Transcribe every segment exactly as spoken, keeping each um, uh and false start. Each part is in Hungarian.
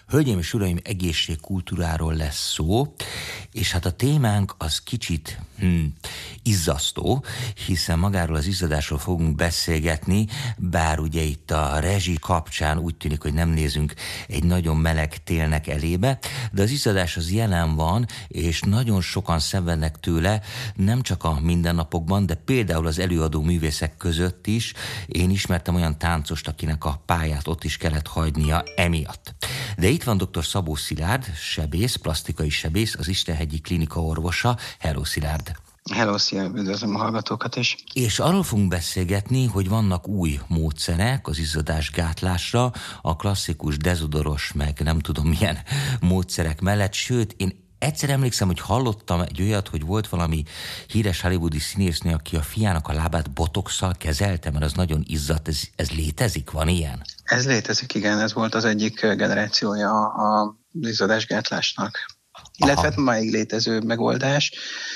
Hölgyeim és uraim, egészségkultúráról lesz szó, és hát a témánk az kicsit hm, izzasztó, hiszen magáról az izzadásról fogunk beszélgetni, bár ugye itt a rezsi kapcsán úgy tűnik, hogy nem nézünk egy nagyon meleg télnek elébe, de az izzadás az jelen van, és nagyon sokan szenvednek tőle, nem csak a mindennapokban, de például az előadó művészek között is. Én ismertem olyan táncost, akinek a pályát ott is kellett hagynia emiatt. De itt van dr. Szabó Szilárd, sebész, plastikai sebész, az Istenhegyi Klinika orvosa. Hello, Szilárd! Hello, szia, üdvözlöm a hallgatókat is. És arról fogunk beszélgetni, hogy vannak új módszerek az izzadásgátlásra, a klasszikus dezodoros, meg nem tudom milyen módszerek mellett, sőt, én egyszer emlékszem, hogy hallottam egy olyat, hogy volt valami híres hollywoodi színésznő, aki a fiának a lábát botoxsal kezelte, mert az nagyon izzadt. Ez, ez létezik? Van ilyen? Ez létezik, igen. Ez volt az egyik generációja az izzadásgátlásnak. Illetve hát máig létező megoldás,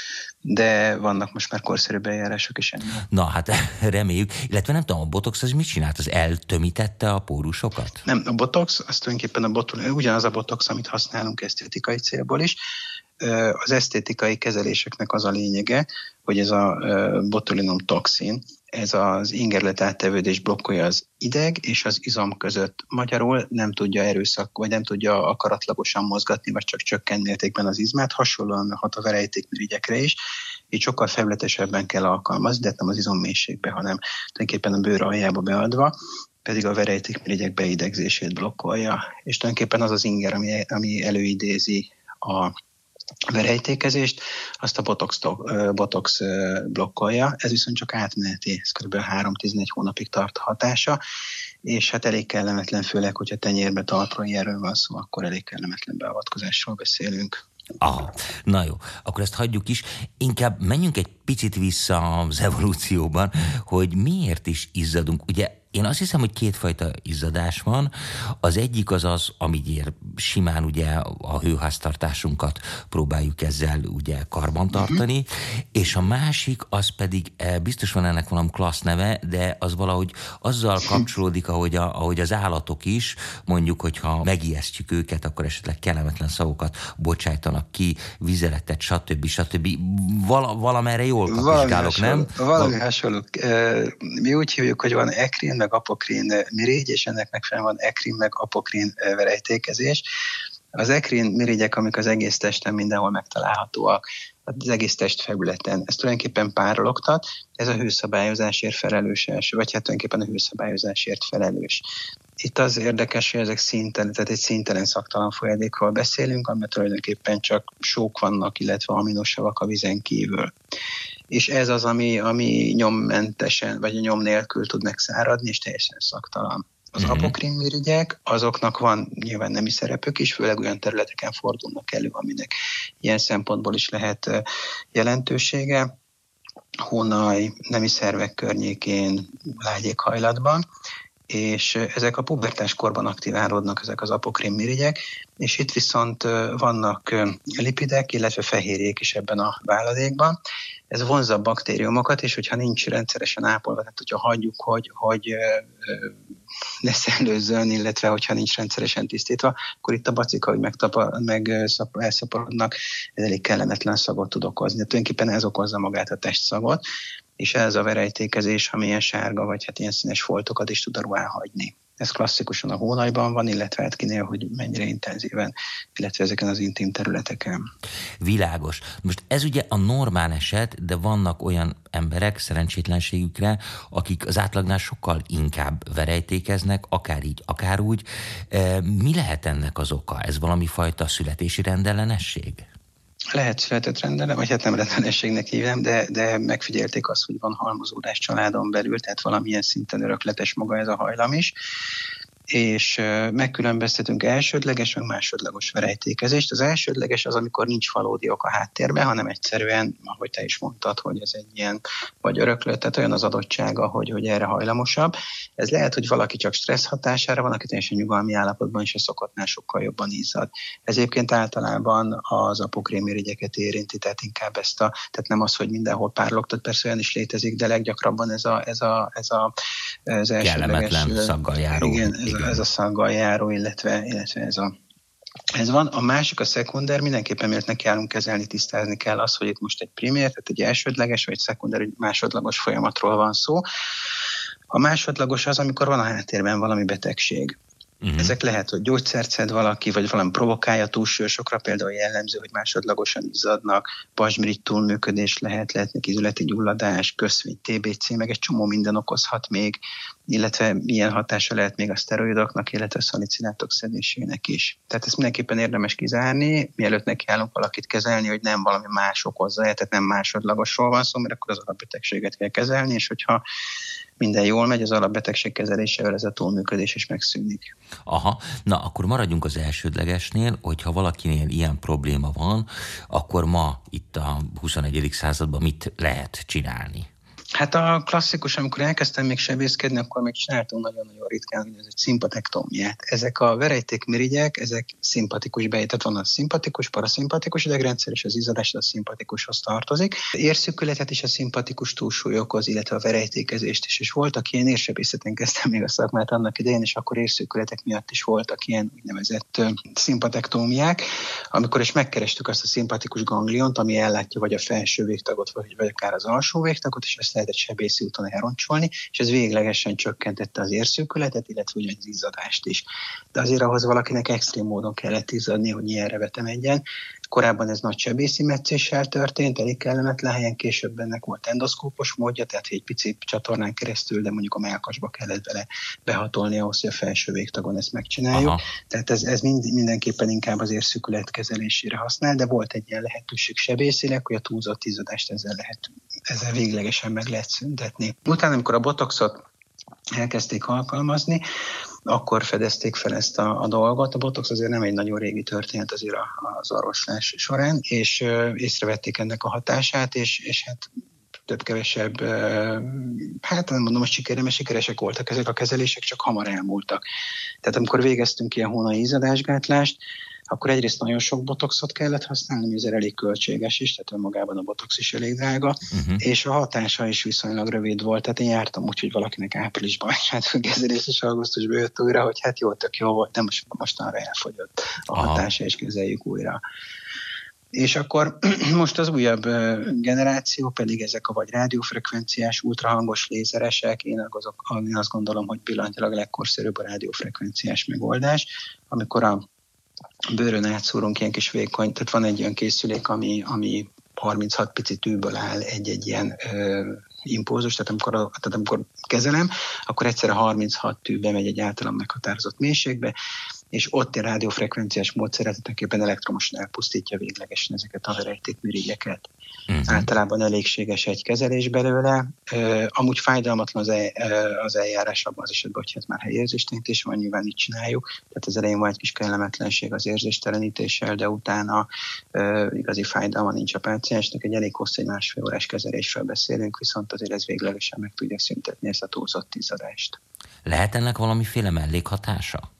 de vannak most már korszerűbb eljárások is ennél. Na hát reméljük, illetve nem tudom, a botox az mit csinált? Az eltömítette a pórusokat? Nem, a botox, az tulajdonképpen a botox, ugyanaz a botox, amit használunk esztétikai célból is. Az esztétikai kezeléseknek az a lényege, hogy ez a botulinum toxin, ez az ingerlet áttevődés blokkolja az ideg és az izom között. Magyarul nem tudja erőszak, vagy nem tudja akaratlagosan mozgatni, vagy csak csökkent mértékben az izmát, hasonlóan hat a verejtékmirigyekre is. Így sokkal felületesebben kell alkalmazni, de nem az izommélységbe, hanem tulajdonképpen a bőr aljába beadva, pedig a verejtékmirigyek beidegzését blokkolja. És tulajdonképpen az az inger, ami, ami előidézi a verejtékezést, azt a botox, botox blokkolja. Ez viszont csak átmeneti, ez kb. három-tizenegy hónapig tart a hatása, és hát elég kellemetlen, főleg, hogyha tenyérbe, talpra ilyenről van szó, akkor elég kellemetlen beavatkozásról beszélünk. Aha, na jó, akkor ezt hagyjuk is. Inkább menjünk egy picit vissza az evolúcióban, hogy miért is izzadunk. Ugye én azt hiszem, hogy kétfajta izzadás van. Az egyik az az, amiért simán ugye a hőháztartásunkat próbáljuk ezzel ugye karbantartani, uh-huh. és a másik az pedig, biztos van ennek valami klassz neve, de az valahogy azzal kapcsolódik, ahogy, a, ahogy az állatok is, mondjuk, hogyha megijesztjük őket, akkor esetleg kellemetlen szavokat bocsájtanak ki, vizeletet, stb. stb. Val- valamerre jól kapizsgálok, nem? Valami hasonló. Mi úgy hívjuk, hogy van ekrin, meg apokrin mirigy, és ennek megfelelően van ekrin, meg apokrin verejtékezés. Az ekrin mirigyek, amik az egész testen mindenhol megtalálhatóak, az egész testfelületen. Ez tulajdonképpen párologtat, ez a hőszabályozásért felelős első, vagy hát tulajdonképpen a hőszabályozásért felelős. Itt az érdekes, hogy ezek szintelen, tehát egy szintelen szaktalan folyadékról beszélünk, amiben tulajdonképpen csak sók vannak, illetve aminosavak a vizen kívül. És ez az, ami, ami nyommentesen, vagy a nyom nélkül tud megszáradni, és teljesen szaktalan. Az mm-hmm. apokrin mirigyek, azoknak van nyilván nemi szerepük is, főleg olyan területeken fordulnak elő, aminek ilyen szempontból is lehet jelentősége. Hónaj, nemi szervek környékén, lágy éghajlatban, és ezek a pubertáskorban aktiválódnak, ezek az apokrin mirigyek, és itt viszont vannak lipidek, illetve fehérjék is ebben a váladékban. Ez vonzza a baktériumokat, és hogyha nincs rendszeresen ápolva, tehát hogyha hagyjuk, hogy, hogy ne szellőzzön, illetve hogyha nincs rendszeresen tisztítva, akkor itt a bacika, hogy megtapa, meg elszaporodnak, ez elég kellemetlen szagot tud okozni. De tulajdonképpen ez okozza magát a testszagot, és ez a verejtékezés, ami ilyen sárga, vagy hát ilyen színes foltokat is tud a ruhán hagyni. Ez klasszikusan a hónajban van, illetve hát kinél, hogy mennyire intenzíven, illetve ezeken az intim területeken. Világos. Most ez ugye a normál eset, de vannak olyan emberek szerencsétlenségükre, akik az átlagnál sokkal inkább verejtékeznek, akár így, akár úgy. Mi lehet ennek az oka? Ez valami fajta születési rendellenesség? Lehet született rendelem, vagy hát nem rendellenességnek hívem, de, de megfigyelték azt, hogy van halmozódás családon belül, tehát valamilyen szinten örökletes maga ez a hajlam is. és megkülönböztetünk elsődleges, meg másodlagos verejtékezést. Az elsődleges az, amikor nincs valódi ok a háttérben, hanem egyszerűen, ahogy te is mondtad, hogy ez egy ilyen vagy öröklött, tehát olyan az adottsága, hogy, hogy erre hajlamosabb. Ez lehet, hogy valaki csak stressz hatására van, aki teljesen nyugalmi állapotban is a szokottnál sokkal jobban izzad. Ez egyébként általában az apokrémirigyeket érinti, tehát inkább ezt a, tehát nem az, hogy mindenhol párlogtat, persze olyan is létezik, de leggyakrabban ez a, ez a, ez a az elsődleges, kellemetlen szaggal járó. Igen, ez, igen. A, ez a szaggal járó, illetve, illetve ez a Ez van. A másik, a szekunder, mindenképpen miért nekiállunk kezelni, tisztázni kell az, hogy itt most egy primér, tehát egy elsődleges, vagy szekunder, egy másodlagos folyamatról van szó. A másodlagos az, amikor van a háttérben valami betegség. Uh-huh. Ezek lehet, hogy gyógyszert szed valaki, vagy valami provokálja túlsúlyosokra, például jellemző, hogy másodlagosan izzadnak, pazsmirigy túlműködés lehet, lehetnek izületi gyulladás, köszvény, té bé cé, meg egy csomó minden okozhat még, illetve milyen hatása lehet még a szteroidoknak, illetve a szalicilátok szedésének is. Tehát ezt mindenképpen érdemes kizárni, mielőtt nekiállunk valakit kezelni, hogy nem valami más okozza, tehát nem másodlagosról van szó, mert akkor az alapbetegséget kell kezelni, és hogyha minden jól megy, az alapbetegség kezelésével ez a túlműködés is megszűnik. Aha, na akkor maradjunk az elsődlegesnél, hogyha valakinél ilyen probléma van, akkor ma itt a huszonegyedik században mit lehet csinálni? Hát a klasszikus, amikor elkezdtem még sebészkedni, akkor még csináltunk nagyon-nagyon ritkán, hogy ez egy szimpatektómiát. Ezek a verejtékmirigyek, ezek szimpatikus bej, tehát van a szimpatikus, paraszimpatikus idegrendszer, és az izzadás a szimpatikushoz tartozik. Érszűkületet is a szimpatikus túlsúly okoz, illetve a verejtékezést is. És voltak ilyen, érsebészeten kezdtem még a szakmát annak idején, és akkor érszűkületek miatt is voltak ilyen úgynevezett szimpatektómiák, amikor is megkerestük azt a szimpatikus gangliont, ami ellátja vagy a felső végtagot, vagy, vagy akár az alsó végtagot, és ezt lehetett sebészi úton elroncsolni, és ez véglegesen csökkentette az érszűkületet, illetve ugyan az izzadást is. De azért ahhoz valakinek extrém módon kellett izzadni, hogy ilyenre vetemedjen. Korábban ez nagy sebészi metszéssel történt, elég kellemetlen helyen, később ennek volt endoszkópos módja, tehát egy pici csatornán keresztül, de mondjuk a mellkasba kellett bele behatolni ahhoz, hogy a felső végtagon ezt megcsináljuk. Aha. Tehát ez, ez mind, mindenképpen inkább az érszűkület kezelésére használ, de volt egy ilyen lehetőség sebészileg, hogy a túlzott izzadást ezzel lehet, ezzel véglegesen meg lehet szüntetni. Utána, amikor a botoxot elkezdték alkalmazni, akkor fedezték fel ezt a, a dolgot. A botox azért nem egy nagyon régi történet azért az orvoslás során, és ö, észrevették ennek a hatását, és, és hát több-kevesebb, hát nem mondom, hogy sikerre, mert sikeresek voltak ezek a kezelések, csak hamar elmúltak. Tehát amikor végeztünk ilyen hónai izzadásgátlást, akkor egyrészt nagyon sok botoxot kellett használni, ezért elég költséges is, tehát önmagában a botox is elég drága, uh-huh. és a hatása is viszonylag rövid volt. Tehát én jártam úgy, hogy valakinek áprilisban megcsinált kezelés, és augusztusban jött újra, hogy hát jó, tök jó volt, de most mostanra elfogyott a hatása, és kezeljük újra. És akkor most az újabb generáció pedig ezek a vagy rádiófrekvenciás, ultrahangos lézeresek, én azok, én azt gondolom, hogy pillanatilag a legkorszerűbb a rádiófrekvenciás megoldás, amikor a bőrön átszúrunk ilyen kis vékony, tehát van egy olyan készülék, ami, ami harminchat pici tűből áll egy-egy ilyen ö, impulzus, tehát amikor, tehát amikor kezelem, akkor egyszerre harminchat tűbe megy egy általam meghatározott mélységbe, és ott a rádiófrekvenciás módszeretetekében elektromosan elpusztítja véglegesen ezeket a verejtékmirigyeket. Uh-huh. Általában elégséges egy kezelés belőle. Uh, amúgy fájdalmatlan az, el, uh, az eljárás abban az esetben, hogyha ez már helyérzéstelenítés van, nyilván így csináljuk. Tehát az elején van egy kis kellemetlenség az érzéstelenítéssel, de utána uh, igazi fájdalma nincs a páciensnek. Egy elég hosszú, egy másfél órás kezelésről beszélünk, viszont azért ez véglegesen meg tudja szüntetni ezt a túlzott izzadást. Lehet ennek valamiféle mellékhatása?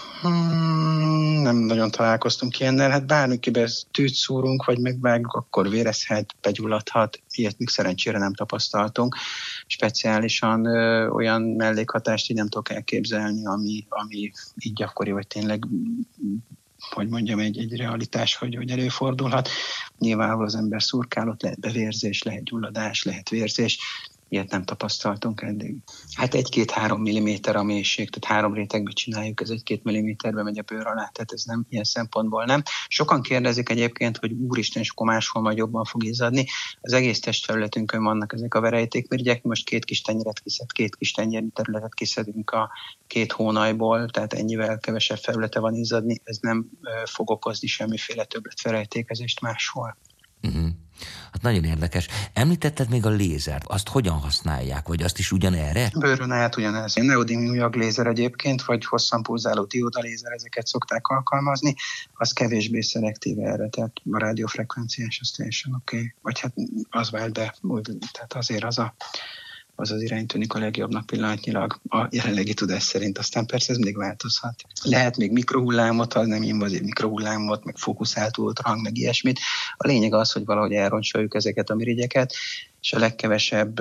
Hmm, nem nagyon találkoztunk ilyennel, hát bármikiben tűt szúrunk, vagy megvágjuk, akkor vérezhet, begyulladhat, ilyet még szerencsére nem tapasztaltunk. Speciálisan ö, olyan mellékhatást így nem tudok elképzelni, ami, ami így gyakori, vagy tényleg, hogy mondjam, egy, egy realitás, hogy, hogy előfordulhat. Nyilvánvalóan az ember szurkálott, lehet bevérzés, lehet gyulladás, lehet vérzés, ilyet nem tapasztaltunk eddig. Hát egy-két-három milliméter a mélység, tehát három rétegbe csináljuk, ez egy-két milliméterbe megy a bőr alá, tehát ez nem ilyen szempontból nem. Sokan kérdezik egyébként, hogy úristen, és akkor máshol majd jobban fog izzadni. Az egész testfelületünkön vannak ezek a verejtékmirigyek, most két kis tenyeret kiszed, két kis tenyernyi területet kiszedünk a két hónajból, tehát ennyivel kevesebb felülete van izzadni, ez nem fog okozni semmiféle többletverejtékezést máshol. Uh-huh. Hát nagyon érdekes. Említetted még a lézert. Azt hogyan használják, vagy azt is ugyanerre? Bőrön át ugyanez. Neodíműjag lézer egyébként, vagy hosszan pulzáló dioda lézer, ezeket szokták alkalmazni. Az kevésbé szelektív erre, tehát a rádiófrekvenciás az teljesen oké. Okay. Vagy hát az vált be, tehát azért az a az az irány tűnik a legjobbnak pillanatnyilag a jelenlegi tudás szerint, aztán persze ez mindig változhat. Lehet még mikrohullámot, az nem invazív mikrohullámot, meg fókuszált ultrahang, meg ilyesmit. A lényeg az, hogy valahogy elroncsoljuk ezeket a mirigyeket, és a legkevesebb,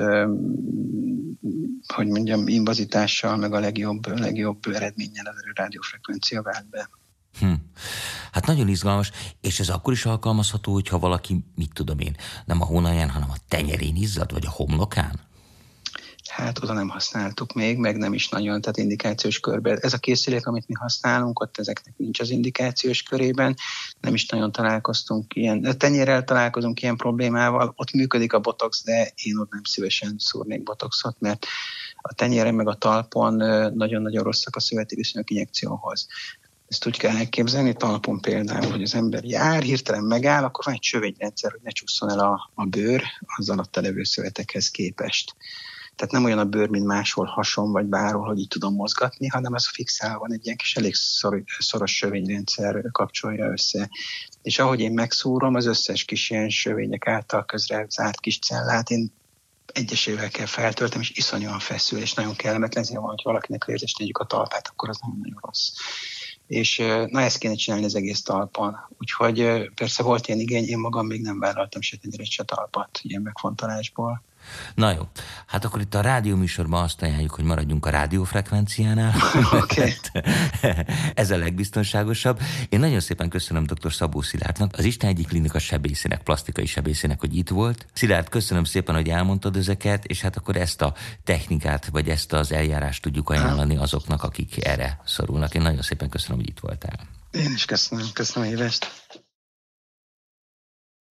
hogy mondjam, invazitással, meg a legjobb, legjobb eredménnyel az a rádiófrekvencia vált be. Hm. Hát nagyon izgalmas, és ez akkor is alkalmazható, hogyha valaki, mit tudom én, nem a hónalján, hanem a tenyerén izzad, vagy a homlokán? Hát oda nem használtuk még, meg nem is nagyon, tehát indikációs körben. Ez a készülék, amit mi használunk, ott ezeknek nincs az indikációs körében, nem is nagyon találkoztunk ilyen, tenyérrel találkozunk ilyen problémával, ott működik a botox, de én ott nem szívesen szúrnék botoxot, mert a tenyéren meg a talpon nagyon-nagyon rosszak a szöveti viszonyok injekcióhoz. Ezt úgy kell elképzelni, talpon például, hogy az ember jár, hirtelen megáll, akkor van egy sövényrendszer, hogy ne csúszson el a, a bőr az alatta levő szövetekhez képest. Tehát nem olyan a bőr, mint máshol hason, vagy bárhol, hogy így tudom mozgatni, hanem az fixálva van, egy ilyen kis elég szor, szoros sövényrendszer kapcsolja össze. És ahogy én megszúrom, az összes kis ilyen sövények által közre zárt kis cellát, én egyesével kell feltöltem, és iszonyúan feszül, és nagyon kellemetlen, ezért van, hogy valakinek érzést tegyük a talpát, akkor az nagyon-nagyon rossz. És na ezt kéne csinálni az egész talpon. Úgyhogy persze volt ilyen igény, én magam még nem vállaltam se tenyeret, se talpat ilyen megfontolásból. Na jó, hát akkor itt a rádióműsorban azt ajánljuk, hogy maradjunk a rádiófrekvenciánál. Okay. Ez a legbiztonságosabb. Én nagyon szépen köszönöm dr. Szabó Szilárdnak, az Istenhegyi Klinika sebészének, plastikai sebészének, hogy itt volt. Szilárd, köszönöm szépen, hogy elmondtad ezeket, és hát akkor ezt a technikát, vagy ezt az eljárást tudjuk ajánlani azoknak, akik erre szorulnak. Én nagyon szépen köszönöm, hogy itt voltál. Én is köszönöm, köszönöm a hívást.